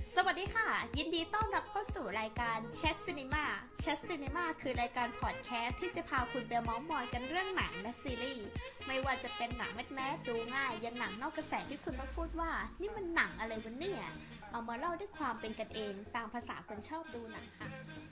สวัสดีค่ะยินดีต้อนรับเข้าสู่รายการ Chat Cinema Chat Cinema คือรายการพอดแคสต์ที่จะพาคุณไปเมาท์มอยกันเรื่องหนังและซีรีส์ไม่ว่าจะเป็นหนังแมสๆดูง่ายยันหนังนอกกระแสที่คุณต้องพูดว่านี่มันหนังอะไรวะเนี่ยเอามาเล่าด้วยความเป็นกันเองตามภาษาคนชอบดูหนังค่ะ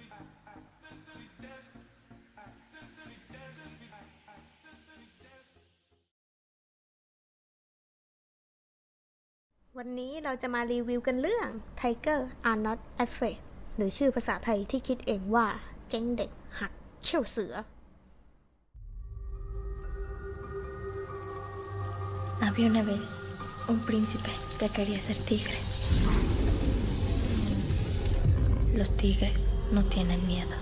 วันนี้เราจะมารีวิวกันเรื่อง Tiger Are Not Afraid หรือชื่อภาษาไทยที่คิดเองว่าแก๊งเด็กหักเขี้ยวเสือ Había una vez un príncipe que quería ser tigre. Los tigres no tienen miedo.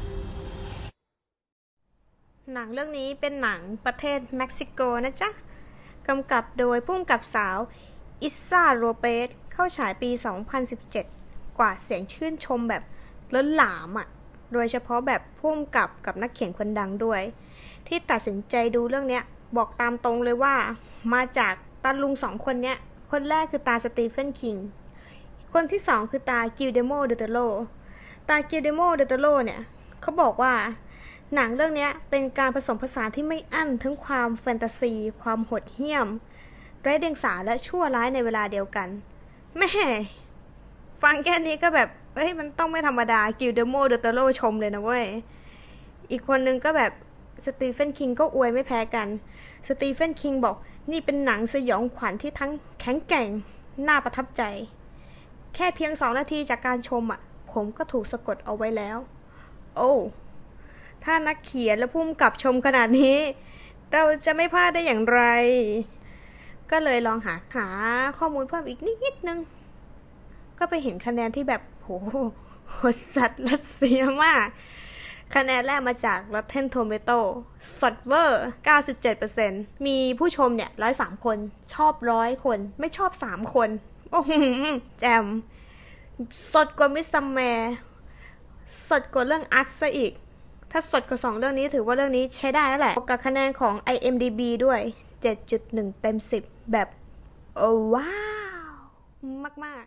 หนังเรื่องนี้เป็นหนังประเทศเม็กซิโกนะจ๊ะกำกับโดยผู้กำกับสาวอิซซ่าโรเปสเข้าฉายปี 2017 กว่าเสียงชื่นชมแบบล้นหลามอ่ะโดยเฉพาะแบบผู้กำกับนักเขียนคนดังด้วยที่ตัดสินใจดูเรื่องนี้บอกตามตรงเลยว่ามาจากตาลุงสองคนเนี้ยคนแรกคือตาสตีเฟนคิงคนที่สองคือตากิลเดโมเดโตโรตากิลเดโมเดโตโรเนี่ยเขาบอกว่าหนังเรื่องนี้เป็นการผสมผสานที่ไม่อั้นทั้งความแฟนตาซีความโหดเหี้ยมไร้เดียงสาและชั่วร้ายในเวลาเดียวกันแม่ฟังแค่นี้ก็แบบมันต้องไม่ธรรมดากิลเดโมเดโตโรชมเลยนะเว้ยอีกคนนึงก็แบบสตีเฟนคิงก็อวยไม่แพ้กันสตีเฟนคิงบอกนี่เป็นหนังสยองขวัญที่ทั้งแข็งแกร่งน่าประทับใจแค่เพียง2 นาทีจากการชมผมก็ถูกสะกดเอาไว้แล้วโอ้ถ้านักเขียนและผู้กำกับชมขนาดนี้เราจะไม่พลาดได้อย่างไรก็เลยลองหาข้อมูลเพิ่มอีกนิดนึงก็ไปเห็นคะแนนที่แบบโหสัตว์รัสเซียมากคะแนนแรกมาจาก Rotten Tomato สดเวอร์ 97% มีผู้ชมเนี่ย103 คนชอบ100 คนไม่ชอบ3 คนโอ้โหแจมสดกว่ามิสซัมแมร์สดกว่าเรื่องอัสซะอีกถ้าสดกว่า2 เรื่องนี้ถือว่าเรื่องนี้ใช้ได้แล้วแหละกับคะแนนของ IMDb ด้วย 7.1 เต็ม 10 แบบโอ้ว้าวมาก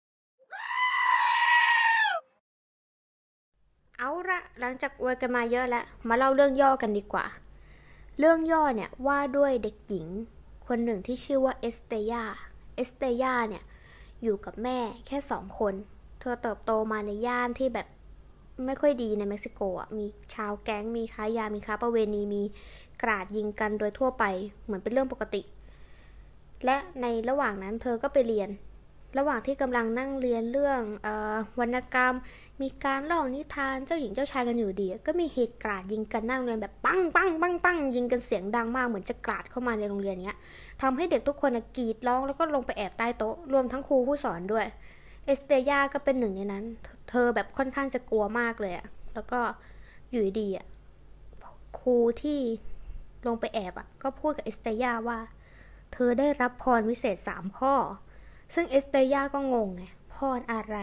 ๆเอาละหลังจากอวยกันมาเยอะแล้วมาเล่าเรื่องย่อกันดีกว่าเรื่องย่อเนี่ยว่าด้วยเด็กหญิงคนหนึ่งที่ชื่อว่าเอสเตย่าเนี่ยอยู่กับแม่แค่2 คนเธอเติบโตมาในย่านที่แบบไม่ค่อยดีในเม็กซิโกมีชาวแก๊งมีค้ายามีค้าประเวณีมีกราดยิงกันโดยทั่วไปเหมือนเป็นเรื่องปกติและในระหว่างนั้นเธอก็ไปเรียนระหว่างที่กำลังนั่งเรียนเรื่องวรรณกรรมมีการเล่านิทานเจ้าหญิงเจ้าชายกันอยู่ดีก็มีเหตุกราดยิงกันนั่งเรียนแบบปังปังปังปังยิงกันเสียงดังมากเหมือนจะกราดเข้ามาในโรงเรียนเนี้ยทำให้เด็กทุกคนกรีดร้องแล้วก็ลงไปแอบใต้โต๊ะรวมทั้งครูผู้สอนด้วยเอสเตย่าก็เป็นหนึ่งในนั้นเธอแบบค่อนข้างจะกลัวมากเลยแล้วก็อยู่ดีครูที่ลงไปแอบก็พูดกับเอสเตย่าว่าเธอได้รับพรวิเศษ3 ข้อซึ่งเอสเตย่าก็งงไงพรอะไร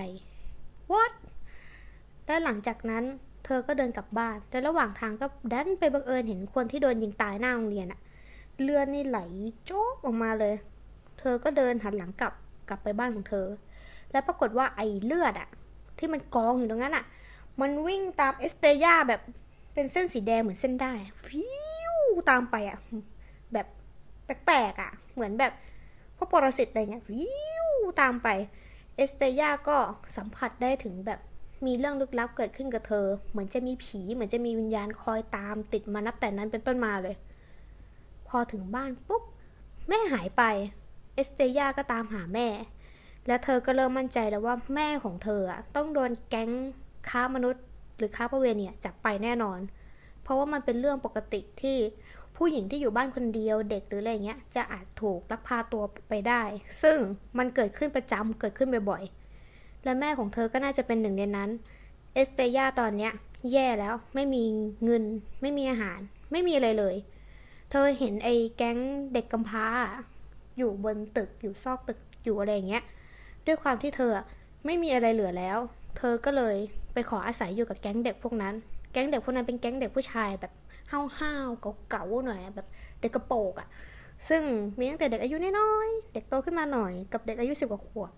What และหลังจากนั้นเธอก็เดินกลับบ้านแต่ระหว่างทางก็ดันไปบังเอิญเห็นคนที่โดนยิงตายหน้าโรงเรียนเลือดนี่ไหลโจ๊กออกมาเลยเธอก็เดินหันหลังกลับไปบ้านของเธอแล้วปรากฏว่าไอ้เลือดที่มันกองอยู่ตรงนั้นมันวิ่งตามเอสเตย่าแบบเป็นเส้นสีแดงเหมือนเส้นได้ฟิวตามไปแบบแปลกๆเหมือนแบบพวกปรสิตอะไรเงี้ยฟิวตามไปเอสเตย่าก็สัมผัสได้ถึงแบบมีเรื่องลึกลับเกิดขึ้นกับเธอเหมือนจะมีผีเหมือนจะมีวิญญาณคอยตามติดมานับแต่นั้นเป็นต้นมาเลยพอถึงบ้านปุ๊บแม่หายไปเอสเตย่าก็ตามหาแม่แล้วเธอก็เริ่มมั่นใจแล้วว่าแม่ของเธอต้องโดนแก๊งค้ามนุษย์หรือค้าประเวณีจับไปแน่นอนเพราะว่ามันเป็นเรื่องปกติที่ผู้หญิงที่อยู่บ้านคนเดียวเด็กหรืออะไรเงี้ยจะอาจถูกลักพาตัวไปได้ซึ่งมันเกิดขึ้นประจำเกิดขึ้นบ่อยๆและแม่ของเธอก็น่าจะเป็นหนึ่งในนั้นเอสเตย่าตอนเนี้ยแย่แล้วไม่มีเงินไม่มีอาหารไม่มีอะไรเลยเธอเห็นไอ้แก๊งเด็กกำพร้าอยู่บนตึกอยู่ซอกตึกอยู่อะไรอย่างเงี้ยด้วยความที่เธอไม่มีอะไรเหลือแล้วเธอก็เลยไปขออาศัยอยู่กับแก๊งเด็กพวกนั้นแก๊งเด็กพวกนั้นเป็นแก๊งเด็กผู้ชายแบบห้าวๆเก๋าๆหน่อยแบบเด็กกระโปรงซึ่งมีตั้งแต่เด็กอายุน้อยๆเด็กโตขึ้นมาหน่อยกับเด็กอายุ10 กว่าขวบ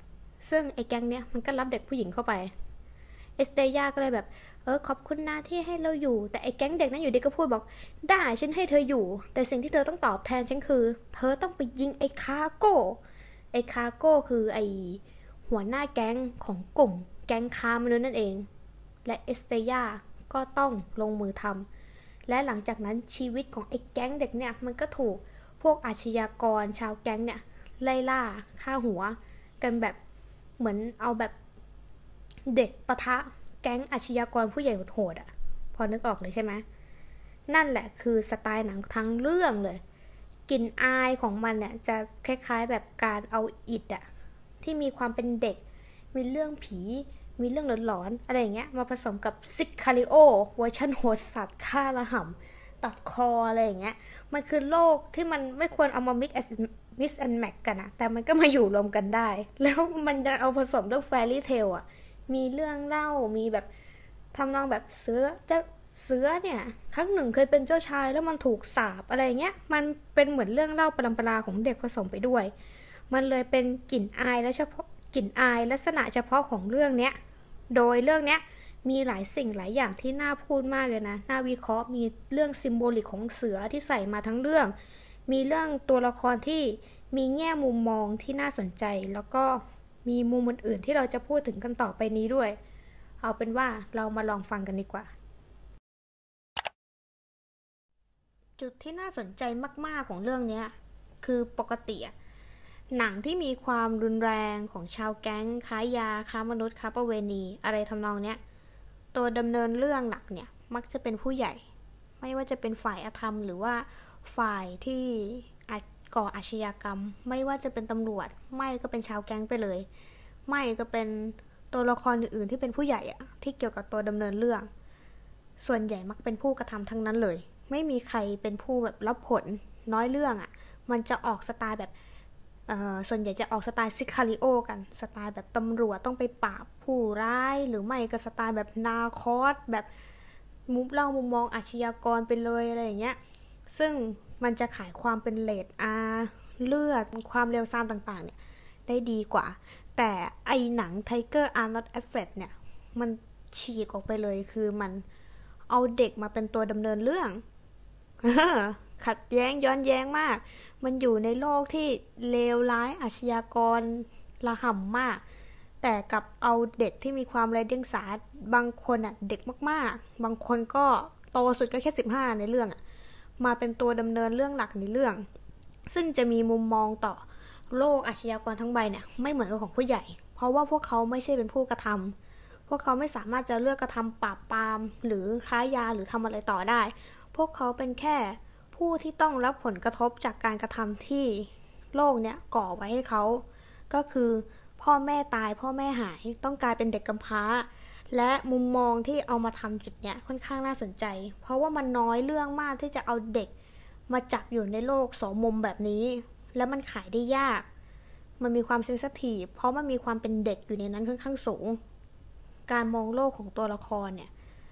ซึ่งไอ้แก๊งเนี้ยมันก็รับเด็กผู้หญิงเข้าไปเอสเตย่าก็เลยแบบขอบคุณนะที่ให้เราอยู่แต่ไอ้แก๊งเด็กนั้นอยู่ดีก็พูดบอกได้ฉันให้เธออยู่แต่สิ่งที่เธอต้องตอบแทนฉันคือเธอต้องไปยิงไอ้คาโก้คือไอ้หัวหน้าแก๊งของกลุ่มแก๊งค้ามนุษย์นั่นเองและเอสเตย่าก็ต้องลงมือทำและหลังจากนั้นชีวิตของไอ้แก๊งเด็กเนี่ยมันก็ถูกพวกอาชญากรชาวแก๊งเนี่ยไล่ล่าฆ่าหัวกันแบบเหมือนเอาแบบเด็กปะทะแก๊งอาชญากรผู้ใหญ่โหดๆอ่ะพอนึกออกเลยใช่ไหมนั่นแหละคือสไตล์หนังทั้งเรื่องเลยกลิ่นอายของมันเนี่ยจะคล้ายๆแบบการเอาอิฐอ่ะที่มีความเป็นเด็กมีเรื่องผีมีเรื่องหลอนๆอะไรอย่างเงี้ยมาผสมกับซิคาริโอเวอร์ชันโหดสัตว์ฆ่าระห่ำตัดคออะไรอย่างเงี้ยมันคือโลกที่มันไม่ควรเอามามิกซ์แอนด์แมทกันอะแต่มันก็มาอยู่รวมกันได้แล้วมันจะเอาผสมเรื่องแฟรี่เทลอะมีเรื่องเล่ามีแบบทำนองแบบเสือเนี่ยครั้งหนึ่งเคยเป็นเจ้าชายแล้วมันถูกสาปอะไรเงี้ยมันเป็นเหมือนเรื่องเล่าปรำปราของเด็กผสมไปด้วยมันเลยเป็นกลิ่นอายและเฉพาะกลิ่นอายลักษณะเฉพาะของเรื่องเนี้ยโดยเรื่องเนี้ยมีหลายสิ่งหลายอย่างที่น่าพูดมากเลยนะน่าวิเคราะห์มีเรื่องซิมโบลิกของเสือที่ใส่มาทั้งเรื่องมีเรื่องตัวละครที่มีแง่มุมมองที่น่าสนใจแล้วก็มีมุมอื่นๆที่เราจะพูดถึงกันต่อไปนี้ด้วยเอาเป็นว่าเรามาลองฟังกันดีกว่าจุดที่น่าสนใจมากๆของเรื่องนี้คือปกติหนังที่มีความรุนแรงของชาวแก๊งค้ายาค้ามนุษย์ค้าประเวณีอะไรทำนองเนี้ยตัวดำเนินเรื่องหลักเนี่ยมักจะเป็นผู้ใหญ่ไม่ว่าจะเป็นฝ่ายอธรรมหรือว่าฝ่ายที่ก่ออาชญากรรมไม่ว่าจะเป็นตำรวจไม่ก็เป็นชาวแก๊งไปเลยไม่ก็เป็นตัวละครอื่นๆที่เป็นผู้ใหญ่อะที่เกี่ยวกับตัวดำเนินเรื่องส่วนใหญ่มักเป็นผู้กระทำทั้งนั้นเลยไม่มีใครเป็นผู้แบบรับผลน้อยเรื่องอะมันจะออกสไตล์แบบส่วนใหญ่จะออกสไตล์ซิคาริโอกันสไตล์แบบตำรวจต้องไปปราบผู้ร้ายหรือไม่ก็สไตล์แบบนาคอสแบบมุมมองอาชญากรไปเลยอะไรอย่างเงี้ยซึ่งมันจะขายความเป็นเรทอาร์เลือดความเร็วซามต่างๆเนี่ยได้ดีกว่าแต่ไอหนัง Tiger Are Not Afraid เนี่ยมันฉีกออกไปเลยคือมันเอาเด็กมาเป็นตัวดำเนินเรื่องขัดแย้งย้อนแย้งมากมันอยู่ในโลกที่เลวร้ายอาชญากรระห่ำมากแต่กับเอาเด็กที่มีความไร้เดียงสาบางคนอ่ะเด็กมากๆบางคนก็โตสุดก็แค่15ในเรื่องอ่ะมาเป็นตัวดำเนินเรื่องหลักในเรื่องซึ่งจะมีมุมมองต่อโลกอาชญากรทั้งใบเนี่ยไม่เหมือนกับของผู้ใหญ่เพราะว่าพวกเขาไม่ใช่เป็นผู้กระทำพวกเขาไม่สามารถจะเลือกกระทำปราบปรามหรือค้ายาหรือทำอะไรต่อได้พวกเขาเป็นแค่ผู้ที่ต้องรับผลกระทบจากการกระทำที่โลกเนี้ยก่อไว้ให้เขาก็คือพ่อแม่ตายพ่อแม่หายต้องกลายเป็นเด็กกำพร้าและมุมมองที่เอามาทำจุดเนี้ยค่อนข้างน่าสนใจเพราะว่ามันน้อยเรื่องมากที่จะเอาเด็กมาจับอยู่ในโลกสองมุมแบบนี้และมันขายได้ยากมันมีความเซนซิทีฟเพราะมันมีความเป็นเด็กอยู่ในนั้นค่อนข้างสูงการมองโลกของตัวละครเนี่ย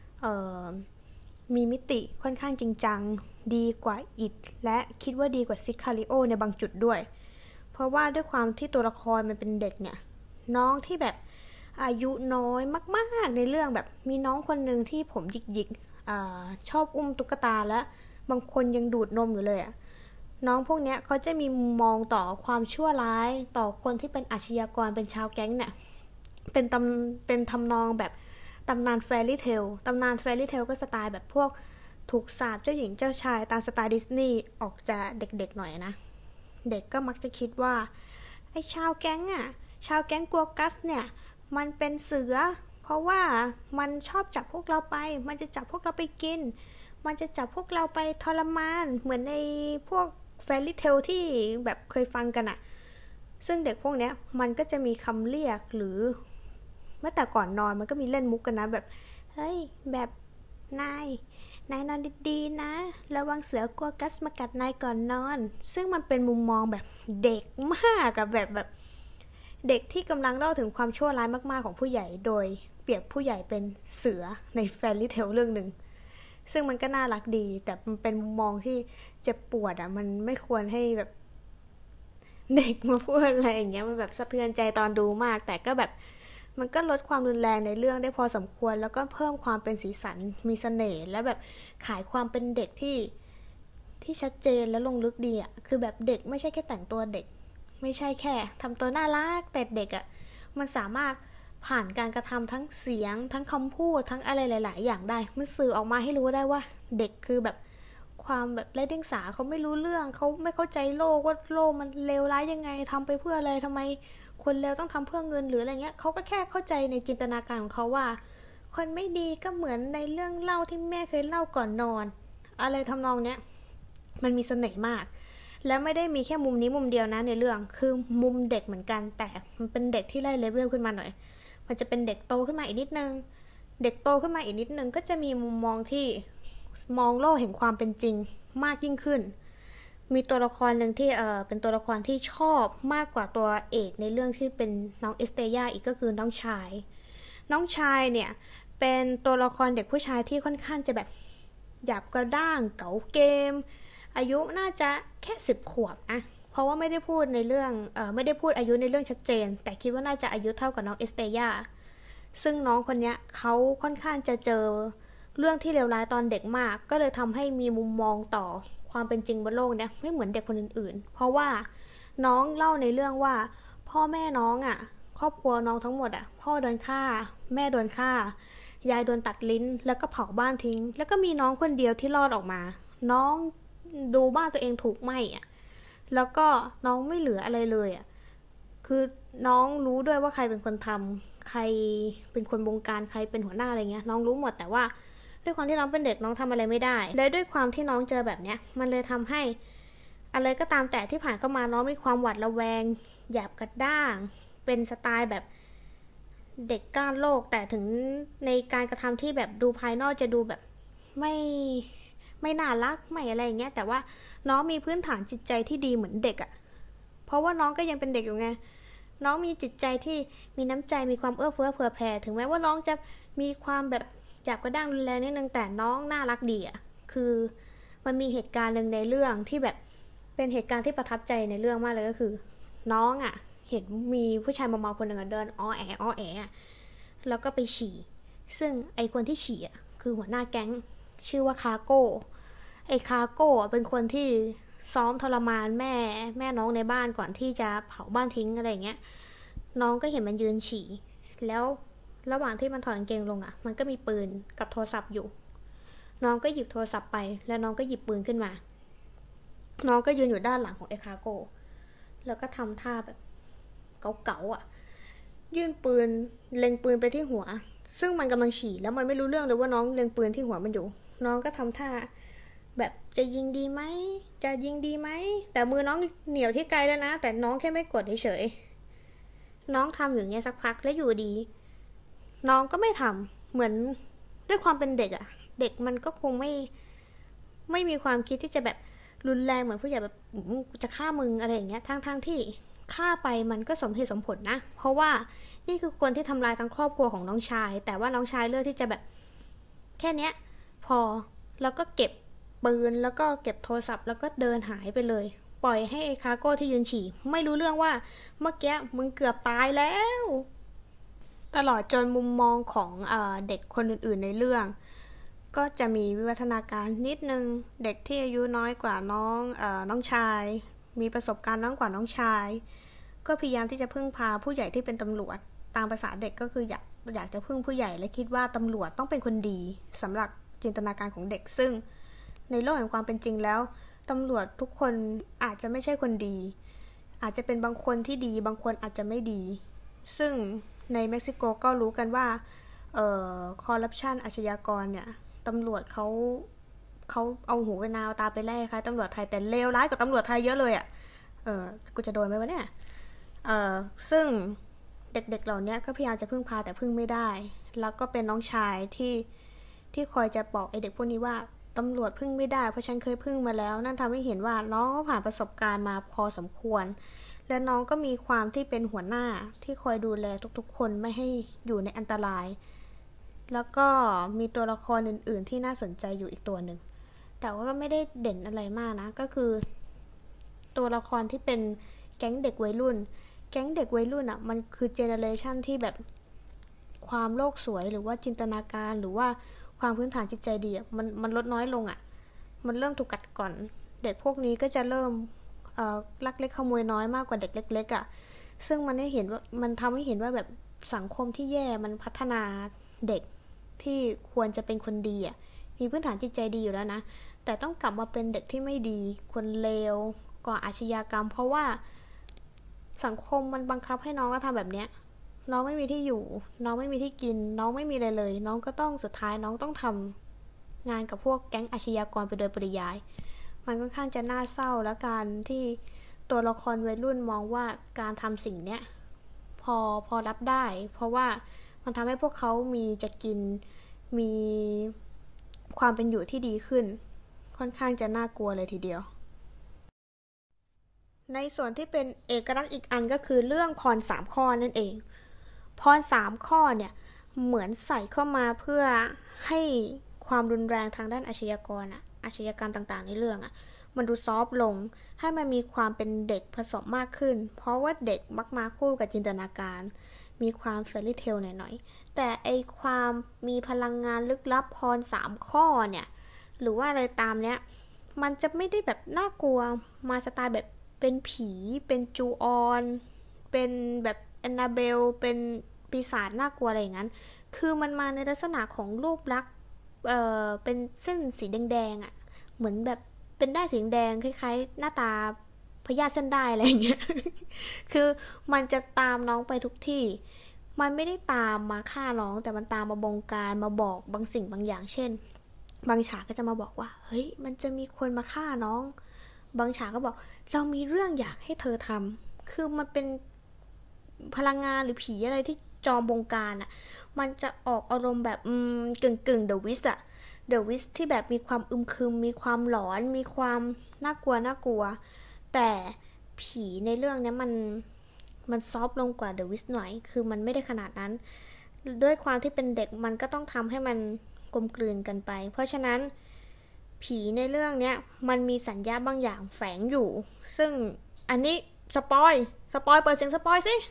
มีมิติค่อนข้างจริงจังดีกว่าอิดและคิดว่าดีกว่าซิคาริโอในบางจุดด้วยเพราะว่าด้วยความที่ตัวละครมันเป็นเด็กเนี่ยน้องที่แบบอายุน้อยมากๆในเรื่องแบบมีน้องคนหนึ่งที่ผมหยิกชอบอุ้มตุ๊กตาและบางคนยังดูดนมอยู่เลยน้องพวกนี้เขาจะมีมุมมองต่อความชั่วร้ายต่อคนที่เป็นอาชญากรเป็นชาวแก๊งเนี่ยเป็นทำนองแบบตำนานแฟรี่เทลก็สไตล์แบบพวกถูกสาปเจ้าหญิงเจ้าชายตามสไตล์ดิสนีย์ออกจะเด็กๆหน่อยนะเด็กก็มักจะคิดว่าไอ้ชาวแก๊งกัวกัสเนี่ยมันเป็นเสือเพราะว่ามันชอบจับพวกเราไปมันจะจับพวกเราไปกินมันจะจับพวกเราไปทรมานเหมือนในพวกแฟรี่เทลที่แบบเคยฟังกันซึ่งเด็กพวกนี้มันก็จะมีคำเรียกหรือเมื่อแต่ก่อนนอนมันก็มีเล่นมุกกันนะแบบเฮ้ยแบบนายนอนดีๆนะระวังเสือกัวกัสมากัดนายก่อนนอนซึ่งมันเป็นมุมมองแบบเด็กมากกับแบบเด็กที่กำลังเล่าถึงความชั่วร้ายมากๆของผู้ใหญ่โดยเปรียบผู้ใหญ่เป็นเสือในแฟรี่เทลเรื่องหนึ่งซึ่งมันก็น่ารักดีแต่มันเป็นมุมมองที่เจ็บปวดมันไม่ควรให้แบบเด็กมาพูดอะไรอย่างเงี้ยมันแบบสะเทือนใจตอนดูมากแต่ก็แบบมันก็ลดความรุนแรงในเรื่องได้พอสมควรแล้วก็เพิ่มความเป็นสีสันมีเสน่ห์และแบบขายความเป็นเด็กที่ชัดเจนและลงลึกดีอ่ะคือแบบเด็กไม่ใช่แค่แต่งตัวเด็กไม่ใช่แค่ทำตัวน่ารักแต่เด็กอ่ะมันสามารถผ่านการกระทำทั้งเสียงทั้งคำพูดทั้งอะไรหลายๆอย่างได้มันสื่อออกมาให้รู้ได้ว่าเด็กคือแบบความแบบไร้เดียงสาเขาไม่รู้เรื่องเขาไม่เข้าใจโลกว่าโลกมันเลวร้ายยังไงทำไปเพื่ออะไรทำไมคนเลวต้องทำเพื่อเงินหรืออะไรเงี้ยเขาก็แค่เข้าใจในจินตนาการของเขาว่าคนไม่ดีก็เหมือนในเรื่องเล่าที่แม่เคยเล่าก่อนนอนอะไรทำนองเนี้ย มันมีเสน่ห์มาก และไม่ได้มีแค่มุมนี้มุมเดียวนะในเรื่อง คือมุมเด็กเหมือนกัน แต่มันเป็นเด็กที่ไล่เลเวลขึ้นมาหน่อย มันจะเป็นเด็กโตขึ้นมาอีกนิดนึง เด็กโตขึ้นมาอีกนิดนึงก็จะมีมุมมองที่มองโลกแห่งความเป็นจริงมากยิ่งขึ้น มีตัวละครหนึ่งที่เป็นตัวละครที่ชอบมากกว่าตัวเอกในเรื่องที่เป็นน้องเอสเตย่าอีกก็คือน้องชาย น้องชายเนี่ยเป็นตัวละครเด็กผู้ชายที่ค่อนข้างจะแบบหยาบกระด้างเก๋าเกมอายุน่าจะแค่10 ขวบอะเพราะว่าไม่ได้พูดในเรื่องไม่ได้พูดอายุในเรื่องชัดเจนแต่คิดว่าน่าจะอายุเท่ากับน้องเอสเตย่าซึ่งน้องคนนี้เขาค่อนข้างจะเจอเรื่องที่เลวร้ายตอนเด็กมากก็เลยทำให้มีมุมมองต่อความเป็นจริงบนโลกเนี่ยไม่เหมือนเด็กคนอื่นๆเพราะว่าน้องเล่าในเรื่องว่าพ่อแม่น้องอ่ะครอบครัวน้องทั้งหมดอ่ะพ่อโดนฆ่าแม่โดนฆ่ายายโดนตัดลิ้นแล้วก็เผาบ้านทิ้งแล้วก็มีน้องคนเดียวที่รอดออกมาน้องดูบ้านตัวเองถูกไหม้อ่ะแล้วก็น้องไม่เหลืออะไรเลยอ่ะคือน้องรู้ด้วยว่าใครเป็นคนทำใครเป็นคนบงการใครเป็นหัวหน้าอะไรเงี้ยน้องรู้หมดแต่ว่าด้วยความที่น้องเป็นเด็กน้องทำอะไรไม่ได้และด้วยความที่น้องเจอแบบเนี้ยมันเลยทำให้อะไรก็ตามแต่ที่ผ่านเข้ามาน้องมีความหวาดระแวงหยาบกระด้างเป็นสไตล์แบบเด็กก้าวโลกแต่ถึงในการกระทำที่แบบดูภายนอกจะดูแบบไม่ไม่น่ารักไม่อะไรอย่างเงี้ยแต่ว่าน้องมีพื้นฐานจิตใจที่ดีเหมือนเด็กอ่ะเพราะว่าน้องก็ยังเป็นเด็กอยู่ไงน้องมีจิตใจที่มีน้ำใจมีความเอื้อเฟื้อเผื่อแผ่ถึงแม้ว่าน้องจะมีความแบบหยาบกระด้างรุนแรงนิดนึงแต่น้องน่ารักดีอ่ะคือมันมีเหตุการณ์หนึ่งในเรื่องที่แบบเป็นเหตุการณ์ที่ประทับใจในเรื่องมากเลยก็คือน้องอ่ะเห็นมีผู้ชายเมาๆคนหนึ่งเดินอ้อแออ้อแอแล้วก็ไปฉี่ซึ่งไอคนที่ฉี่อ่ะคือหัวหน้าแก๊งชื่อว่าคาโก้ไอคาโก้เป็นคนที่ซ้อมทรมานแม่น้องในบ้านก่อนที่จะเผาบ้านทิ้งอะไรเงี้ยน้องก็เห็นมันยืนฉี่แล้วระหว่างที่มันถอดกางเกงลงอ่ะมันก็มีปืนกับโทรศัพท์อยู่น้องก็หยิบโทรศัพท์ไปแล้วน้องก็หยิบปืนขึ้นมาน้องก็ยืนอยู่ด้านหลังของไอคาโก้แล้วก็ทำท่าแบบเก๋าๆอ่ะยื่นปืนเล็งปืนไปที่หัวซึ่งมันกำลังฉี่แล้วมันไม่รู้เรื่องเลยว่าน้องเล็งปืนที่หัวมันอยู่น้องก็ทำท่าแบบจะยิงดีไหมจะยิงดีไหมแต่มือน้องเหนียวที่ไกลแล้วนะแต่น้องแค่ไม่กดเฉยๆน้องทำอย่างเงี้ยสักพักแล้วอยู่ดีน้องก็ไม่ทำเหมือนด้วยความเป็นเด็กอะเด็กมันก็คงไม่มีความคิดที่จะแบบรุนแรงเหมือนผู้ใหญ่แบบจะฆ่ามึงอะไรอย่างเงี้ยทั้งที่ฆ่าไปมันก็สมเหตุสมผลนะเพราะว่านี่คือคนที่ทำลายทั้งครอบครัวของน้องชายแต่ว่าน้องชายเลือกที่จะแบบแค่เนี้ยพอแล้วก็เก็บปืนแล้วก็เก็บโทรศัพท์แล้วก็เดินหายไปเลยปล่อยให้ไอ้คาโก้ที่ยืนฉี่ไม่รู้เรื่องว่าเมื่อกี้มึงเกือบตายแล้วตลอดจนมุมมองของเด็กคนอื่นๆในเรื่องก็จะมีวิวัฒนาการนิดนึงเด็กที่อายุน้อยกว่าน้องชายมีประสบการณ์น้อยกว่าน้องชายก็พยายามที่จะพึ่งพาผู้ใหญ่ที่เป็นตำรวจตามภาษาเด็กก็คืออยากจะพึ่งผู้ใหญ่และคิดว่าตำรวจต้องเป็นคนดีสำหรับจินตนาการของเด็กซึ่งในโลกแห่งความเป็นจริงแล้วตำรวจทุกคนอาจจะไม่ใช่คนดีอาจจะเป็นบางคนที่ดีบางคนอาจจะไม่ดีซึ่งในเม็กซิโกก็รู้กันว่าคอร์รัปชันอาชญากรเนี่ยตำรวจเขาเอาหูไปนาวตาไปแล่คล้ายตำรวจไทยแต่เลวร้ายกว่าตำรวจไทยเยอะเลยอ่ะกูจะโดนไหมวะเนี่ยซึ่งเด็กๆเหล่านี้ก็พยายามจะพึ่งพาแต่พึ่งไม่ได้แล้วก็เป็นน้องชายที่คอยจะบอกไอเด็กพวกนี้ว่าตำรวจพึ่งไม่ได้เพราะฉันเคยพึ่งมาแล้วนั่นทำให้เห็นว่าน้องก็ผ่านประสบการณ์มาพอสมควรและน้องก็มีความที่เป็นหัวหน้าที่คอยดูแลทุกๆคนไม่ให้อยู่ในอันตรายแล้วก็มีตัวละครอื่นๆที่น่าสนใจอยู่อีกตัวหนึ่งแต่ว่าก็ไม่ได้เด่นอะไรมากนะก็คือตัวละครที่เป็นแก๊งเด็กวัยรุ่นอ่ะมันคือเจเนอเรชันที่แบบความโลกสวยหรือว่าจินตนาการหรือว่าความพื้นฐานจิตใจดีอ่ะมันลดน้อยลงอ่ะมันเริ่มถูกกัดก่อนเด็กพวกนี้ก็จะเริ่มลักเล็กขโมยน้อยมากกว่าเด็กเล็กๆอ่ะซึ่งมันให้เห็นว่ามันทำให้เห็นว่าแบบสังคมที่แย่มันพัฒนาเด็กที่ควรจะเป็นคนดีอ่ะมีพื้นฐานจิตใจดีอยู่แล้วนะแต่ต้องกลับมาเป็นเด็กที่ไม่ดีคนเลวก่ออาชญากรรมเพราะว่าสังคมมันบังคับให้น้องก็ทำแบบเนี้ยน้องไม่มีที่อยู่น้องไม่มีที่กินน้องไม่มีอะไรเลยน้องก็ต้องสุดท้ายน้องต้องทำงานกับพวกแก๊งอาชญากรไปโดยปริยายมันค่อนข้างจะน่าเศร้าและการที่ตัวละครวัยรุ่นมองว่าการทำสิ่งเนี้ยพอรับได้เพราะว่ามันทำให้พวกเขามีจะกินมีความเป็นอยู่ที่ดีขึ้นค่อนข้างจะน่ากลัวเลยทีเดียวในส่วนที่เป็นเอกลักษณ์อีกอันก็คือเรื่องพร3ข้อนั่นเองพร3ข้อเนี่ยเหมือนใส่เข้ามาเพื่อให้ความรุนแรงทางด้านอาชญากรอาชญากรรมต่างๆในเรื่องมันดูซอฟต์ลงให้มันมีความเป็นเด็กผสมมากขึ้นเพราะว่าเด็กมักมาคู่กับจินตนาการมีความเฟรรี่เทลหน่อยๆแต่ไอความมีพลังงานลึกลับพร3ข้อเนี่ยหรือว่าอะไรตามเนี้ยมันจะไม่ได้แบบน่ากลัวมาสไตล์แบบเป็นผีเป็นจูออนเป็นแบบแอนนาเบลเป็นปีศาจน่ากลัวอะไรอย่างนั้นคือมันมาในลักษณะของรูปลักษณ์เป็นเส้นสีแดงๆเหมือนแบบเป็นได้สีแดงคล้ายๆหน้าตาพญาเส้นได้อะไรอย่างเงี้ย คือมันจะตามน้องไปทุกที่มันไม่ได้ตามมาฆ่าน้องแต่มันตามมาบงการมาบอกบางสิ่งบางอย่างเช่นบางฉากก็จะมาบอกว่าเฮ้ยมันจะมีคนมาฆ่าน้องบางฉากก็บอกเรามีเรื่องอยากให้เธอทำคือมันเป็นพลังงานหรือผีอะไรที่จอมบงการมันจะออกอารมณ์แบบกึ่งเดอะวิสเดอะวิสที่แบบมีความอึมครึมมีความหลอนมีความน่ากลัวแต่ผีในเรื่องนี้มันซอฟลงกว่าเดอะวิสหน่อยคือมันไม่ได้ขนาดนั้นด้วยความที่เป็นเด็กมันก็ต้องทำให้มันกลมกลืนกันไปเพราะฉะนั้นผีในเรื่องนี้มันมีสัญญาบางอย่างแฝงอยู่ซึ่งอันนี้สปอยเปิดเสียงสปอยสิ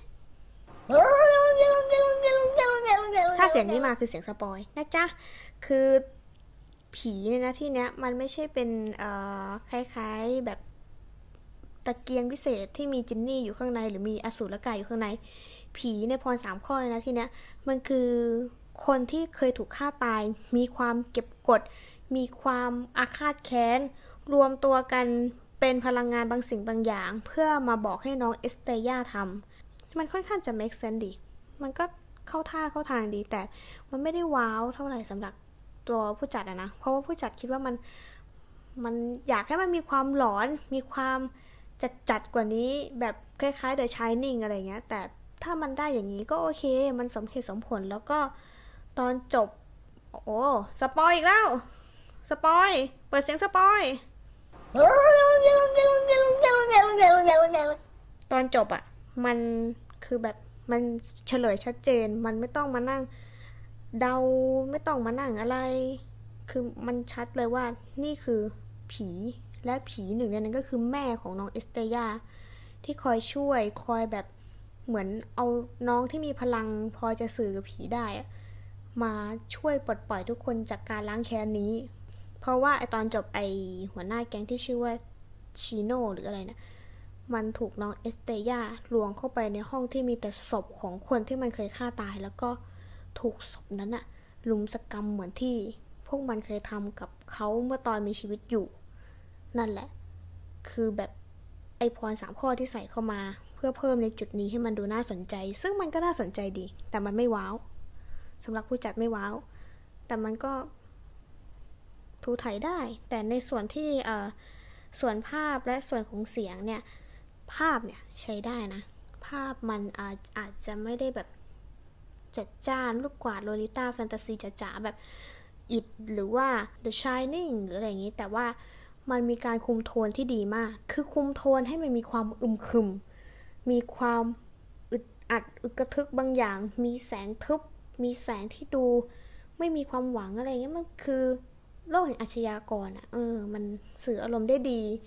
ถ้าเสียงนี้มาคือเสียงสปอยนะจ๊ะคือผีในที่เนี้ยมันไม่ใช่เป็นคล้ายๆแบบตะเกียงพิเศษที่มีจินนี่อยู่ข้างในหรือมีอสูรกายอยู่ข้างในผีในพร3ข้อนะที่เนี้ยมันคือคนที่เคยถูกฆ่าตายมีความเก็บกดมีความอาฆาตแค้นรวมตัวกันเป็นพลังงานบางสิ่งบางอย่างเพื่อมาบอกให้น้องเอสเตย่าทำมันค่อนข้างจะ make sense ดีมันก็เข้าท่าเข้าทางดีแต่มันไม่ได้ว้าวเท่าไหร่สำหรับตัวผู้จัดนะเพราะว่าผู้จัดคิดว่ามันอยากให้มันมีความหลอนมีความจัดกว่านี้แบบคล้ายๆ The Shining อะไรเงี้ยแต่ถ้ามันได้อย่างนี้ก็โอเคมันสมเหตุสมผลแล้วก็ตอนจบโอ้สปอยอีกแล้วสปอยเปิดเสียงสปอยตอนจบมันคือแบบมันเฉลยชัดเจนมันไม่ต้องมานั่งเดาไม่ต้องมานั่งอะไรคือมันชัดเลยว่านี่คือผีและผีหนึ่งในนั้นก็คือแม่ของน้องเอสเตย่าที่คอยช่วยคอยแบบเหมือนเอาน้องที่มีพลังพอจะสื่อกับผีได้มาช่วยปลดปล่อยทุกคนจากการล้างแค้นนี้เพราะว่าไอตอนจบไอหัวหน้าแก๊งที่ชื่อว่าชิโน่หรืออะไรนะมันถูกน้องเอสเตย่าลวงเข้าไปในห้องที่มีแต่ศพของคนที่มันเคยฆ่าตายแล้วก็ถูกศพนั้นลุมสกรรมเหมือนที่พวกมันเคยทำกับเขาเมื่อตอนมีชีวิตอยู่นั่นแหละคือแบบไอพร3ข้อที่ใส่เข้ามาเพื่อเพิ่มในจุดนี้ให้มันดูน่าสนใจซึ่งมันก็น่าสนใจดีแต่มันไม่ว้าวสำหรับผู้จัดไม่ว้าวแต่มันก็ถูถ่ายได้แต่ในส่วนที่ส่วนภาพและส่วนของเสียงเนี่ยภาพเนี่ยใช้ได้นะภาพมันอาจจะไม่ได้แบบจัดจ้านลูกกวาดโลลิต้าแฟนตาซีจ๋าๆแบบอิทหรือว่า The Shining หรืออะไรอย่างนี้แต่ว่ามันมีการคุมโทนที่ดีมากคือคุมโทนให้มันมีความอึมครึมมีความอึดอัดอึกกระทึกบางอย่างมีแสงทึบมีแสงที่ดูไม่มีความหวังอะไรเงี้ยมันคือโลกแห่งอาชญากรมันสื่ออารมณ์ได้ดี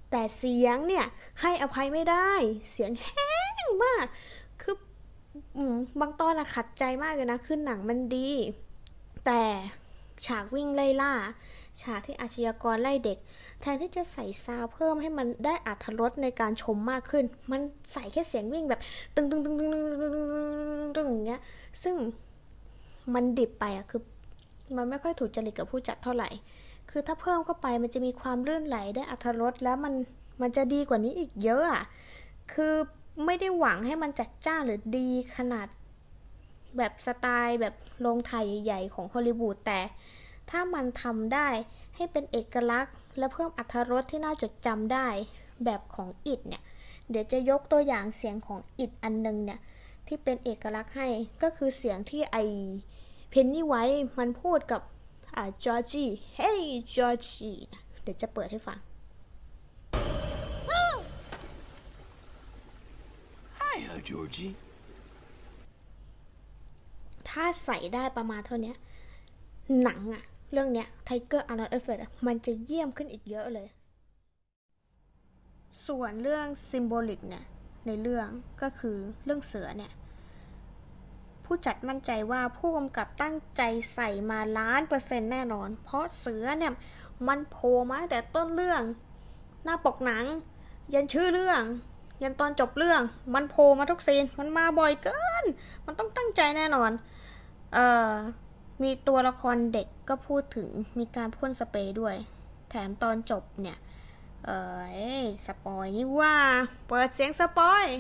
แต่เสียงเนี่ยให้อภัยไม่ได้เสียงแห้งมากคือบางตอนขัดใจมากเลยนะคือหนังมันดีแต่ฉากวิ่งไล่ล่าฉากที่อาชญากรไล่เด็กแทนที่จะใส่ซาวเพิ่มให้มันได้อรรถรสในการชมมากขึ้นมันใส่แค่เสียงวิ่งแบบตึงตึงตึงตึงตึงตึงอย่างเงี้ยซึ่งมันดิบไปคือมันไม่ค่อยถูกจริตกับผู้จัดเท่าไหร่คือถ้าเพิ่มเข้าไปมันจะมีความลื่นไหลได้อรรถรสแล้วมันจะดีกว่านี้อีกเยอะคือไม่ได้หวังให้มันจัดจ้านหรือดีขนาดแบบสไตล์แบบโรงถ่ายใหญ่ๆของฮอลลีวูดแต่ถ้ามันทำได้ให้เป็นเอกลักษณ์และเพิ่มอรรถรสที่น่าจดจำได้แบบของอิฐเนี่ยเดี๋ยวจะยกตัวอย่างเสียงของอิฐอันนึงเนี่ยที่เป็นเอกลักษณ์ให้ก็คือเสียงที่ไอเพนนี่ไว้มันพูดกับจอร์จีเฮ้ยจอร์จีเดี๋ยวจะเปิดให้ฟัง Hiya, Georgie. ถ้าใส่ได้ประมาณเท่านี้หนังเรื่องเนี้ย Tiger Are Not Afraid มันจะเยี่ยมขึ้นอีกเยอะเลยส่วนเรื่อง symbolic เนี่ยในเรื่องก็คือเรื่องเสือเนี่ยผู้จัดมั่นใจว่าผู้กำกับตั้งใจใส่มา1,000,000%แน่นอนเพราะเสือเนี่ยมันโผล่มาตั้งแต่ต้นเรื่องหน้าปกหนังยันชื่อเรื่องยันตอนจบเรื่องมันโผล่มาทุกซีนมันมาบ่อยเกินมันต้องตั้งใจแน่นอนมีตัวละครเด็กก็พูดถึงมีการพ่นสเปรย์ด้วยแถมตอนจบเนี่ยสปอยนี่ว่าเปิดเสียงสปอย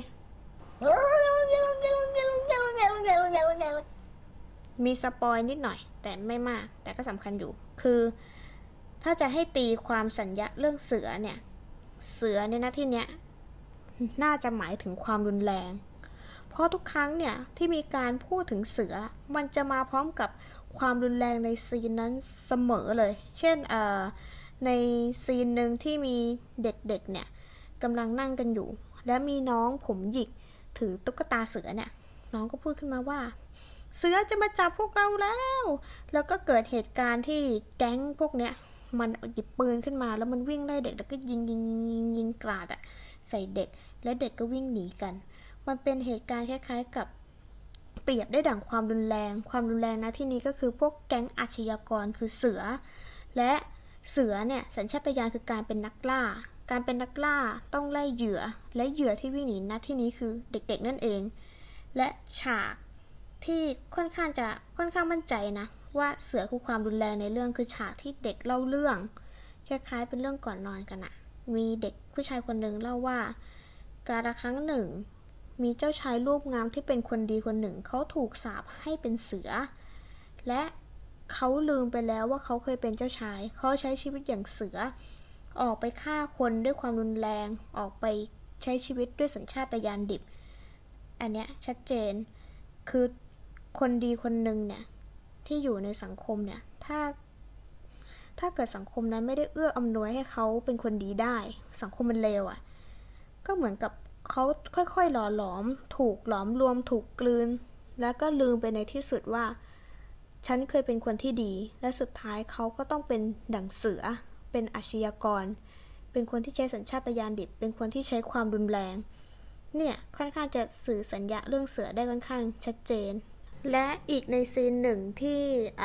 มีสปอยนิดหน่อยแต่ไม่มากแต่ก็สำคัญอยู่คือถ้าจะให้ตีความสัญญาเรื่องเสือเนี่ยเสือในหน้าที่เนี้ยน่าจะหมายถึงความรุนแรงเพราะทุกครั้งเนี่ยที่มีการพูดถึงเสือมันจะมาพร้อมกับความรุนแรงในซีนนั้นเสมอเลยเช่นในซีนหนึ่งที่มีเด็กๆเนี่ยกำลังนั่งกันอยู่และมีน้องผมหยิกถือตุ๊กตาเสือเนี่ยน้องก็พูดขึ้นมาว่าเสือจะมาจับพวกเราแล้วก็เกิดเหตุการณ์ที่แก๊งพวกเนี้ยมันหยิบปืนขึ้นมาแล้วมันวิ่งไล่เด็กแล้วก็ยิงกราดใส่เด็กและเด็กก็วิ่งหนีกันมันเป็นเหตุการณ์คล้ายๆกับเปรียบได้ดั่งความรุนแรงนะที่นี้ก็คือพวกแก๊งอาชญากรคือเสือและเสือเนี่ยสัญชาตญาณคือการเป็นนักล่าต้องไล่เหยื่อและเหยื่อที่วิ่งหนีนะที่นี้คือเด็กๆนั่นเองและฉากที่ค่อนข้างมั่นใจนะว่าเสือคือความรุนแรงในเรื่องคือฉากที่เด็กเล่าเรื่องคล้ายๆเป็นเรื่องก่อนนอนกันมีเด็กผู้ชายคนหนึ่งเล่าว่ากาลครั้งหนึ่งมีเจ้าชายรูปงามที่เป็นคนดีคนหนึ่งเขาถูกสาปให้เป็นเสือและเขาลืมไปแล้วว่าเขาเคยเป็นเจ้าชายเขาใช้ชีวิตอย่างเสือออกไปฆ่าคนด้วยความรุนแรงออกไปใช้ชีวิตด้วยสัญชาตญาณดิบอันเนี้ยชัดเจนคือคนดีคนหนึ่งเนี่ยที่อยู่ในสังคมเนี่ยถ้าเกิดสังคมนั้นไม่ได้เอื้ออำนวยให้เขาเป็นคนดีได้สังคมมันเลวก็เหมือนกับเขาค่อยๆหล่อหลอมถูกหลอมรวมถูกกลืนแล้วก็ลืมไปในที่สุดว่าฉันเคยเป็นคนที่ดีและสุดท้ายเขาก็ต้องเป็นดั่งเสือเป็นอาชญากรเป็นคนที่ใช้สัญชาตญาณดิบเป็นคนที่ใช้ความรุนแรงเนี่ยค่อนข้างจะสื่อสัญญาเรื่องเสือได้ค่อนข้างชัดเจนและอีกในซีนหนึ่งที่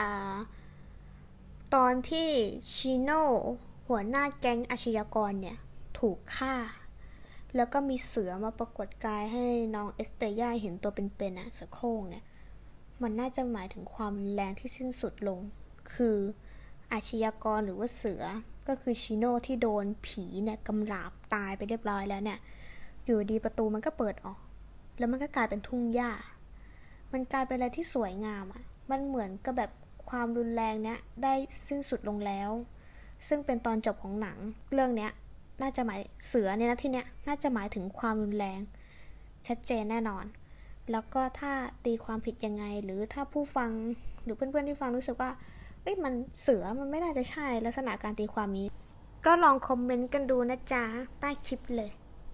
ตอนที่ชิโน่หัวหน้าแก๊งอาชญากรเนี่ยถูกฆ่าแล้วก็มีเสือมาปรากฏกายให้น้องเอสเตย่าเห็นตัวเป็นๆเสือโคร่งเนี่ยมันน่าจะหมายถึงความแรงที่สิ้นสุดลงคืออาชญากรหรือว่าเสือก็คือชิโน่ที่โดนผีเนี่ยกำราบตายไปเรียบร้อยแล้วเนี่ยอยู่ดีประตูมันก็เปิดออกแล้วมันก็กลายเป็นทุ่งหญ้ามันกลายเป็นอะไรที่สวยงามมันเหมือนกับแบบความรุนแรงเนี้ยได้สิ้นสุดลงแล้วซึ่งเป็นตอนจบของหนังเรื่องเนี้ยน่าจะหมายเสือเนี่ยนะที่เนี้ยน่าจะหมายถึงความรุนแรงชัดเจนแน่นอนแล้วก็ถ้าตีความผิดยังไงหรือถ้าผู้ฟังหรือเพื่อนๆที่ฟังรู้สึกว่ามันเสือมันไม่น่าจะใช่ลักษณะการตีความนี้ก็ลองคอมเมนต์กันดูนะจ๊ะใต้คลิปเลย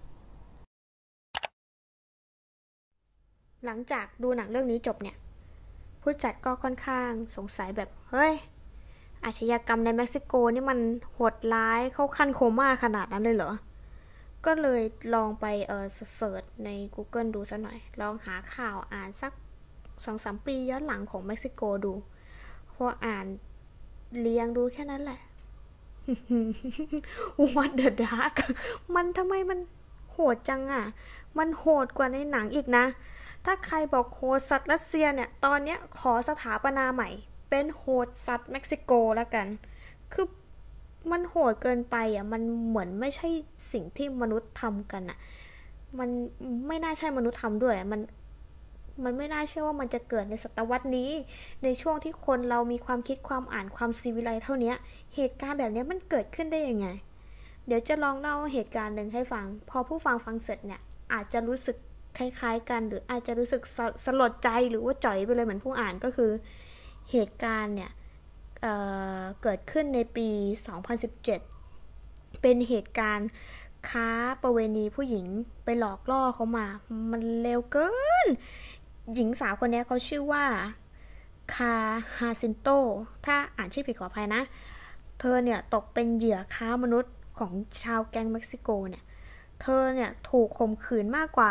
หลังจากดูหนังเรื่องนี้จบเนี่ยผู้จัดก็ค่อนข้างสงสัยแบบเฮ้ยอาชญากรรมในเม็กซิโกนี่มันโหดร้ายเข้าขั้นโคม่าขนาดนั้นเลยเหรอก็เลยลองไปเสิร์ชใน Google ดูซะหน่อยลองหาข่าวอ่านสัก 2-3 ปีย้อนหลังของเม็กซิโกดูพออ่านเรียงดูแค่นั้นแหละ What the dark มันทำไมมันโหดจังอ่ะมันโหดกว่าในหนังอีกนะถ้าใครบอกโหดสัตว์รัสเซียเนี่ยตอนเนี้ยขอสถาปนาใหม่เป็นโหดสัตว์เม็กซิโกแล้วกันคือมันโหดเกินไปอ่ะมันเหมือนไม่ใช่สิ่งที่มนุษย์ทำกันอ่ะมันไม่น่าใช่มนุษย์ทำด้วยมันไม่น่าเชื่อว่ามันจะเกิดในศตวรรษนี้ในช่วงที่คนเรามีความคิดความอ่านความซีวิไลซ์เท่านี้เหตุการณ์แบบนี้มันเกิดขึ้นได้ยังไงเดี๋ยวจะลองเล่าเหตุการณ์หนึ่งให้ฟังพอผู้ฟังฟังเสร็จเนี่ยอาจจะรู้สึกคล้ายๆกันหรืออาจจะรู้สึกสลดใจหรือว่าจ่อยไปเลยเหมือนผู้อ่านก็คือเหตุการณ์เนี่ยเกิดขึ้นในปี 2017 เป็นเหตุการณ์ค้าประเวณีผู้หญิงไปหลอกล่อเขามามันเร็วเกินหญิงสาวคนนี้เขาชื่อว่าคาฮาซินโตถ้าอ่านชื่อผิดขออภัยนะเธอเนี่ยตกเป็นเหยื่อค้ามนุษย์ของชาวแก๊งเม็กซิโกเนี่ยเธอเนี่ยถูกข่มขืนมากกว่า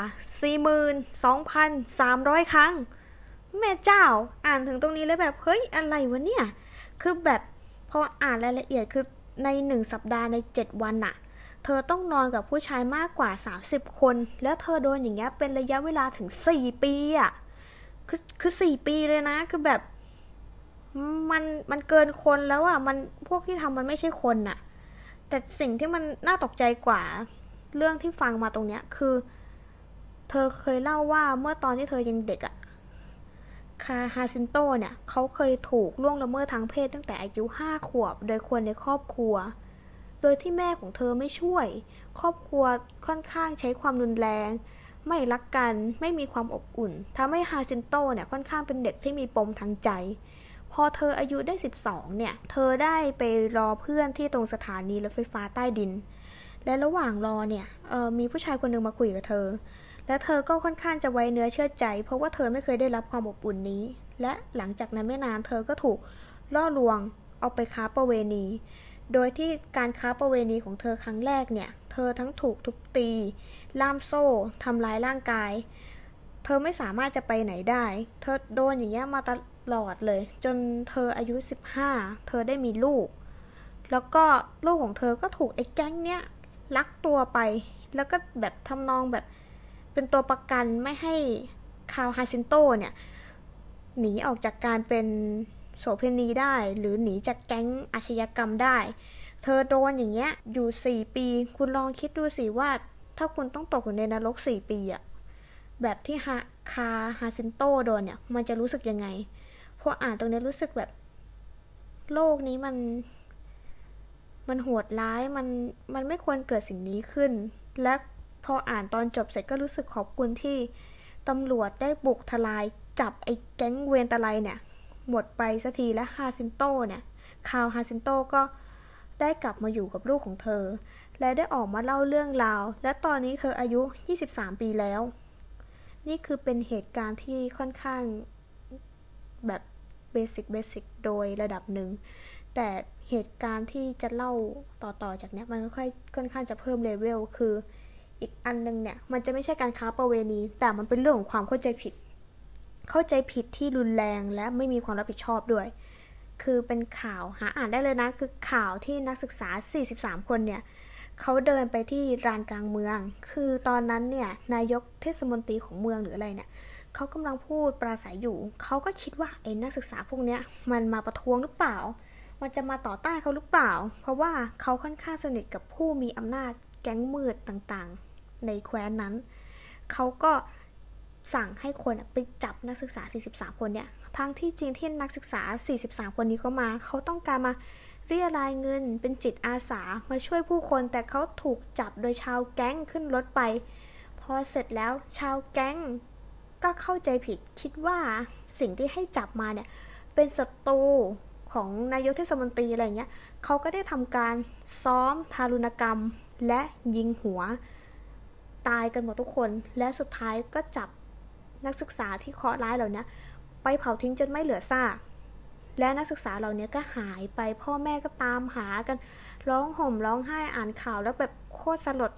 42,300 ครั้งแม่เจ้าอ่านถึงตรงนี้แล้วแบบเฮ้ยอะไรวะเนี่ยคือแบบพออ่านรายละเอียดคือใน1 สัปดาห์ใน7 วันน่ะเธอต้องนอนกับผู้ชายมากกว่า30 คนแล้วเธอโดนอย่างเงี้ยเป็นระยะเวลาถึง4 ปีอ่ะคือ4 ปีเลยนะคือแบบมันเกินคนแล้วอ่ะมันพวกที่ทำมันไม่ใช่คนน่ะแต่สิ่งที่มันน่าตกใจกว่าเรื่องที่ฟังมาตรงเนี้ยคือเธอเคยเล่าว่าเมื่อตอนที่เธอยังเด็กอ่ะคาฮาซินโตเนี่ยเขาเคยถูกล่วงละเมิดทางเพศตั้งแต่อายุ5 ขวบโดยคนในครอบครัวโดยที่แม่ของเธอไม่ช่วยครอบครัวค่อนข้างใช้ความรุนแรงไม่รักกันไม่มีความอบอุ่นทำให้ฮาซินโตเนี่ยค่อนข้างเป็นเด็กที่มีปมทางใจพอเธออายุได้12เนี่ยเธอได้ไปรอเพื่อนที่ตรงสถานีรถไฟฟ้าใต้ดินและระหว่างรอเนี่ยมีผู้ชายคนนึงมาคุยกับเธอและเธอก็ค่อนข้างจะไว้เนื้อเชื่อใจเพราะว่าเธอไม่เคยได้รับความอบอุ่นนี้และหลังจากนั้นไม่นานเธอก็ถูกล่อลวงเอาไปค้าประเวณีโดยที่การค้าประเวณีของเธอครั้งแรกเนี่ยเธอทั้งถูกทุบตีล่ามโซ่ทำร้ายร่างกายเธอไม่สามารถจะไปไหนได้เธอโดนอย่างเงี้ยมาตลอดเลยจนเธออายุ15เธอได้มีลูกแล้วก็ลูกของเธอก็ถูกไอ้แก๊งเนี้ยลักตัวไปแล้วก็แบบทำนองแบบเป็นตัวประกันไม่ให้คาวฮาซินโตเนี่ยหนีออกจากการเป็นโสเภณีได้หรือหนีจากแก๊งอาชญากรรมได้เธอโดนอย่างเงี้ยอยู่4 ปีคุณลองคิดดูสิว่าถ้าคุณต้องตกอยู่ในนรก4 ปีอะแบบที่คาฮาซินโตโดนเนี่ยมันจะรู้สึกยังไงพออ่านตรงนี้รู้สึกแบบโลกนี้มันโหดร้ายมันไม่ควรเกิดสิ่งนี้ขึ้นและพออ่านตอนจบเสร็จก็รู้สึกขอบคุณที่ตำรวจได้บุกทลายจับไอ้แก๊งเวรตะไลเนี่ยหมดไปสักทีและฮาซินโตเนี่ยคาวฮาซินโตก็ได้กลับมาอยู่กับลูกของเธอและได้ออกมาเล่าเรื่องราวและตอนนี้เธออายุ23 ปีแล้วนี่คือเป็นเหตุการณ์ที่ค่อนข้างแบบเบสิกโดยระดับหนึ่งแต่เหตุการณ์ที่จะเล่าต่อจากนี้มันค่อนข้างจะเพิ่มเลเวลคืออีกอันนึงเนี่ยมันจะไม่ใช่การค้าประเวณีแต่มันเป็นเรื่องของความเข้าใจผิดที่รุนแรงและไม่มีความรับผิดชอบด้วยคือเป็นข่าวหาอ่านได้เลยนะคือข่าวที่นักศึกษา43 คนเนี่ยเขาเดินไปที่ลานกลางเมืองคือตอนนั้นเนี่ยนายกเทศมนตรีของเมืองหรืออะไรเนี่ยเขากำลังพูดปราศัยอยู่เขาก็คิดว่าไอ้นักศึกษาพวกเนี้ยมันมาประท้วงหรือเปล่ามันจะมาต่อต้านเขาหรือเปล่าเพราะว่าเขาค่อนข้างสนิทกับผู้มีอำนาจแก๊งมืดต่างๆในแคว้นนั้นเขาก็สั่งให้คนไปจับนักศึกษา43 คนเนี่ยทั้งที่จริงที่นักศึกษา43 คนนี้เขาต้องการมาเรียรายเงินเป็นจิตอาสามาช่วยผู้คนแต่เขาถูกจับโดยชาวแก๊งขึ้นรถไปพอเสร็จแล้วชาวแก๊งก็เข้าใจผิดคิดว่าสิ่งที่ให้จับมาเนี่ยเป็นศัตรูของนายกเทศมนตรีอะไรเงี้ยเขาก็ได้ทำการซ้อมทารุณกรรมและยิงหัวตายกันหมดทุกคนและสุดท้ายก็จับนักศึกษาที่เคราะห์ร้ายเหล่านี้ไปเผาทิ้งจนไม่เหลือซากและนักศึกษาเหล่านี้ก็หายไปพ่อแม่ก็ตามหากันร้องห่มร้องไห้อ่านข่าวแล้วแบบโคตรสลดเลย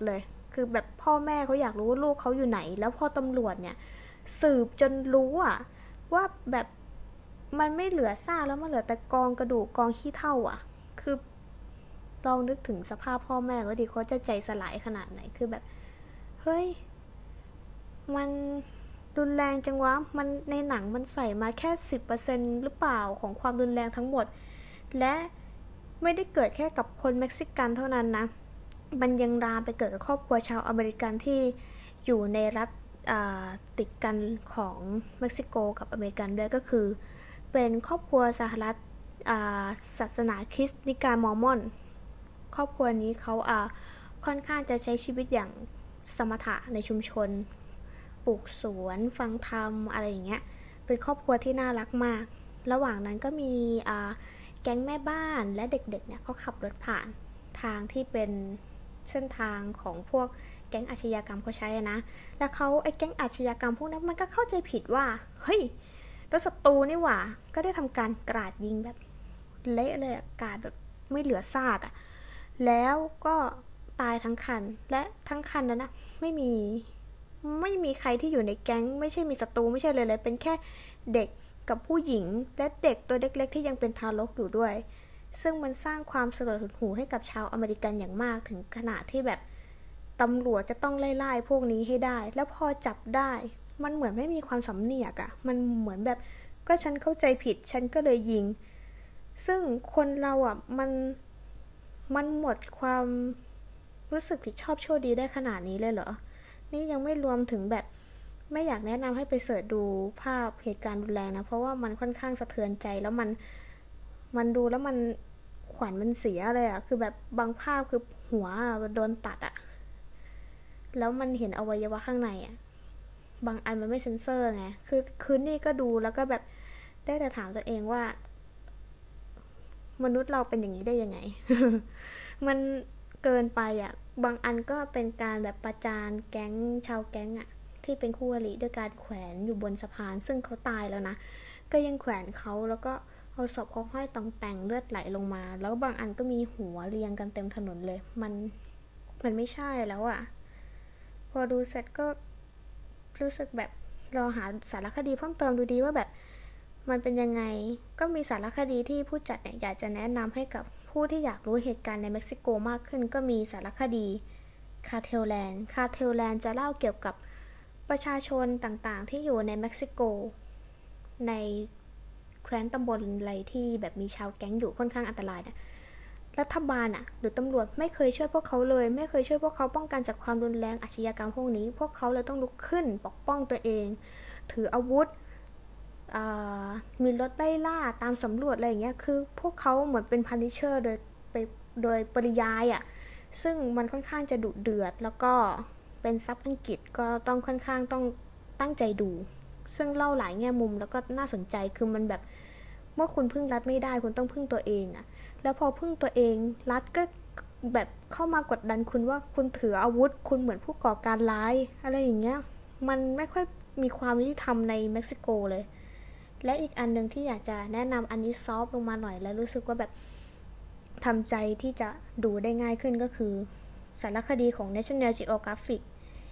คือแบบพ่อแม่เขาอยากรู้ว่าลูกเขาอยู่ไหนแล้วพอตำรวจเนี่ยสืบจนรู้อะว่าแบบมันไม่เหลือซากแล้วมันเหลือแต่กองกระดูกกองขี้เถ้าอะคือลองนึกถึงสภาพพ่อแม่ก็ดีเขาจะใจสลายขนาดไหนคือแบบเฮ้ยมันรุนแรงจังวะมันในหนังมันใส่มาแค่ 10% หรือเปล่าของความรุนแรงทั้งหมดและไม่ได้เกิดแค่กับคนเม็กซิกันเท่านั้นนะมันยังลามไปเกิดกับครอบครัวชาวอเมริกันที่อยู่ในรัฐติดกันของเม็กซิโกกับอเมริกันด้วยก็คือเป็นครอบครัวสหรัฐศาสนาคริสต์นิกายมอร์มอนครอบครัวนี้เขาค่อนข้างจะใช้ชีวิตอย่างสมถะในชุมชนปลูกสวนฟังธรรมอะไรอย่างเงี้ยเป็นครอบครัวที่น่ารักมากระหว่างนั้นก็มีแก๊งแม่บ้านและเด็กๆเนี่ยเขาขับรถผ่านทางที่เป็นเส้นทางของพวกแก๊งอาชญากรรมเขาใช้นะแล้วเขาไอ้แก๊งอาชญากรรมพวกนั้นมันก็เข้าใจผิดว่าเฮ้ยรถศัตรูนี่หว่าก็ได้ทำการกราดยิงแบบเละเลยกราดแบบไม่เหลือซากแล้วก็ตายทั้งคันและทั้งคันนั้นนะไม่มีใครที่อยู่ในแก๊งไม่ใช่มีศัตรูไม่ใช่เลยเป็นแค่เด็กกับผู้หญิงและเด็กตัวเล็กๆที่ยังเป็นทารกอยู่ด้วยซึ่งมันสร้างความสลดหดหู่ให้กับชาวอเมริกันอย่างมากถึงขนาดที่แบบตำรวจจะต้องไล่พวกนี้ให้ได้แล้วพอจับได้มันเหมือนไม่มีความสำเนียกมันเหมือนแบบก็ฉันเข้าใจผิดฉันก็เลยยิงซึ่งคนเรามันหมดความรู้สึกผิดชอบชั่วดีได้ขนาดนี้เลยเหรอนี่ยังไม่รวมถึงแบบไม่อยากแนะนำให้ไปเสิร์ชดูภาพเหตุการณ์รุนแรงนะเพราะว่ามันค่อนข้างสะเทือนใจแล้วมันดูแล้วมันขวัญมันเสียเลยคือแบบบางภาพคือหัวโดนตัดแล้วมันเห็นอวัยวะข้างในบางอันมันไม่เซ็นเซอร์ไงคือนี่ก็ดูแล้วก็แบบได้แต่ถามตัวเองว่ามนุษย์เราเป็นอย่างนี้ได้ยังไง มันเกินไปบางอันก็เป็นการแบบประจานแก๊งชาวแก๊งที่เป็นคู่อริด้วยการแขวนอยู่บนสะพานซึ่งเขาตายแล้วนะก็ยังแขวนเขาแล้วก็เอาศพเขาห้อยตองแต่งเลือดไหลลงมาแล้วบางอันก็มีหัวเรียงกันเต็มถนนเลยมันไม่ใช่แล้วพอดูเสร็จก็รู้สึกแบบรอหาสารคดีเพิ่มเติมดูดีว่าแบบมันเป็นยังไงก็มีสารคดีที่ผู้จัดเนี่ยอยากจะแนะนำให้กับผู้ที่อยากรู้เหตุการณ์ในเม็กซิโกมากขึ้นก็มีสารคดีคาเทลแลนด์จะเล่าเกี่ยวกับประชาชนต่างๆที่อยู่ในเม็กซิโกในแคว้นตำบลอะไรที่แบบมีชาวแก๊งอยู่ค่อนข้างอันตรายรัฐบาลหรือตำรวจไม่เคยช่วยพวกเขาเลยไม่เคยช่วยพวกเขาป้องกันจากความรุนแรงอาชญากรรมพวกนี้พวกเขาเลยต้องลุกขึ้นปกป้องตัวเองถืออาวุธมีรถไล่ล่าตามสำรวจอะไรอย่างเงี้ยคือพวกเขาเหมือนเป็นพันิเชอร์โดยปริยายซึ่งมันค่อนข้างจะดุเดือดแล้วก็เป็นซับอังกฤษก็ต้องค่อนข้างต้องตั้งใจดูซึ่งเล่าหลายแง่มุมแล้วก็น่าสนใจคือมันแบบเมื่อคุณพึ่งรัฐไม่ได้คุณต้องพึ่งตัวเองแล้วพอพึ่งตัวเองรัฐก็แบบเข้ามากดดันคุณว่าคุณถืออาวุธคุณเหมือนผู้ก่อการร้ายอะไรอย่างเงี้ยมันไม่ค่อยมีความยุติธรรมในเม็กซิโกเลยและอีกอันนึงที่อยากจะแนะนำอันนี้ซอฟต์ลงมาหน่อยแล้วรู้สึกว่าแบบทำใจที่จะดูได้ง่ายขึ้นก็คือสารคดีของ National Geographic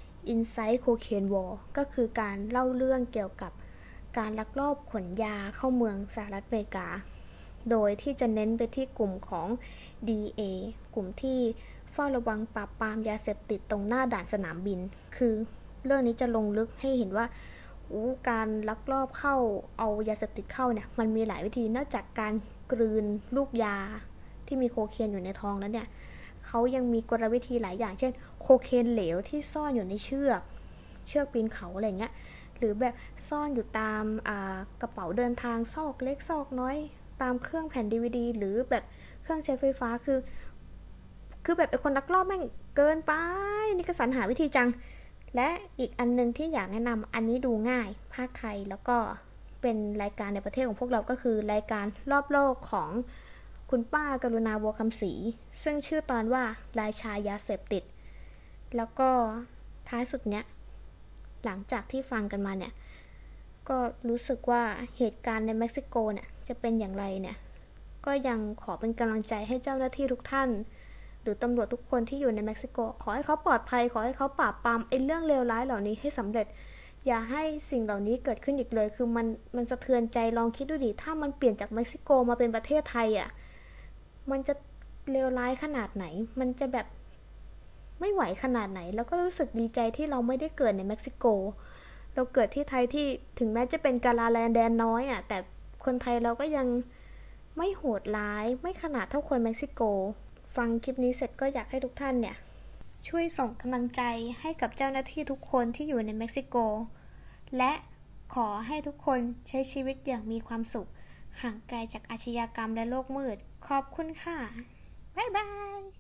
Inside Cocaine War ก็คือการเล่าเรื่องเกี่ยวกับการลักลอบขนยาเข้าเมืองสหรัฐอเมริกาโดยที่จะเน้นไปที่กลุ่มของ DEA กลุ่มที่เฝ้าระวังปราบปรามยาเสพติดตรงหน้าด่านสนามบินคือเรื่องนี้จะลงลึกให้เห็นว่าการลักลอบเข้าเอายาเสพติดเข้าเนี่ยมันมีหลายวิธีนอกจากการกลืนลูกยาที่มีโคเคนอยู่ในท้องแล้วเนี่ยเขายังมีกลวิธีหลายอย่างเช่นโคเคนเหลวที่ซ่อนอยู่ในเชือกปีนเขาอะไรเงี้ยหรือแบบซ่อนอยู่ตามกระเป๋าเดินทางซอกเล็กซอกน้อยตามเครื่องแผ่น DVD หรือแบบเครื่องใช้ไฟฟ้าคือแบบไอ้คนลักลอบแม่งเกินไปนี่ก็สรรหาวิธีจังและอีกอันนึงที่อยากแนะนำอันนี้ดูง่ายภาคไทยแล้วก็เป็นรายการในประเทศของพวกเราก็คือรายการรอบโลกของคุณป้ากรุณาบัวคำศรีซึ่งชื่อตอนว่าราชายาเสพติดแล้วก็ท้ายสุดเนี้ยหลังจากที่ฟังกันมาเนี่ยก็รู้สึกว่าเหตุการณ์ในเม็กซิโกเนี่ยจะเป็นอย่างไรเนี่ยก็ยังขอเป็นกำลังใจให้เจ้าหน้าที่ทุกท่านหรือตำรวจทุกคนที่อยู่ในเม็กซิโกขอให้เขาปลอดภัยขอให้เขาปราบปรามไอ้เรื่องเลวร้ายเหล่านี้ให้สำเร็จอย่าให้สิ่งเหล่านี้เกิดขึ้นอีกเลยคือมันสะเทือนใจลองคิดดูดิถ้ามันเปลี่ยนจากเม็กซิโกมาเป็นประเทศไทยอ่ะมันจะเลวร้ายขนาดไหนมันจะแบบไม่ไหวขนาดไหนแล้วก็รู้สึกดีใจที่เราไม่ได้เกิดในเม็กซิโกเราเกิดที่ไทยที่ถึงแม้จะเป็นกาลาแลนด์แดนน้อยอ่ะแต่คนไทยเราก็ยังไม่โหดร้ายไม่ขนาดเท่าคนเม็กซิโกฟังคลิปนี้เสร็จก็อยากให้ทุกท่านเนี่ยช่วยส่งกำลังใจให้กับเจ้าหน้าที่ทุกคนที่อยู่ในเม็กซิโกและขอให้ทุกคนใช้ชีวิตอย่างมีความสุขห่างไกลจากอาชญากรรมและโลกมืดขอบคุณค่ะบ๊ายบาย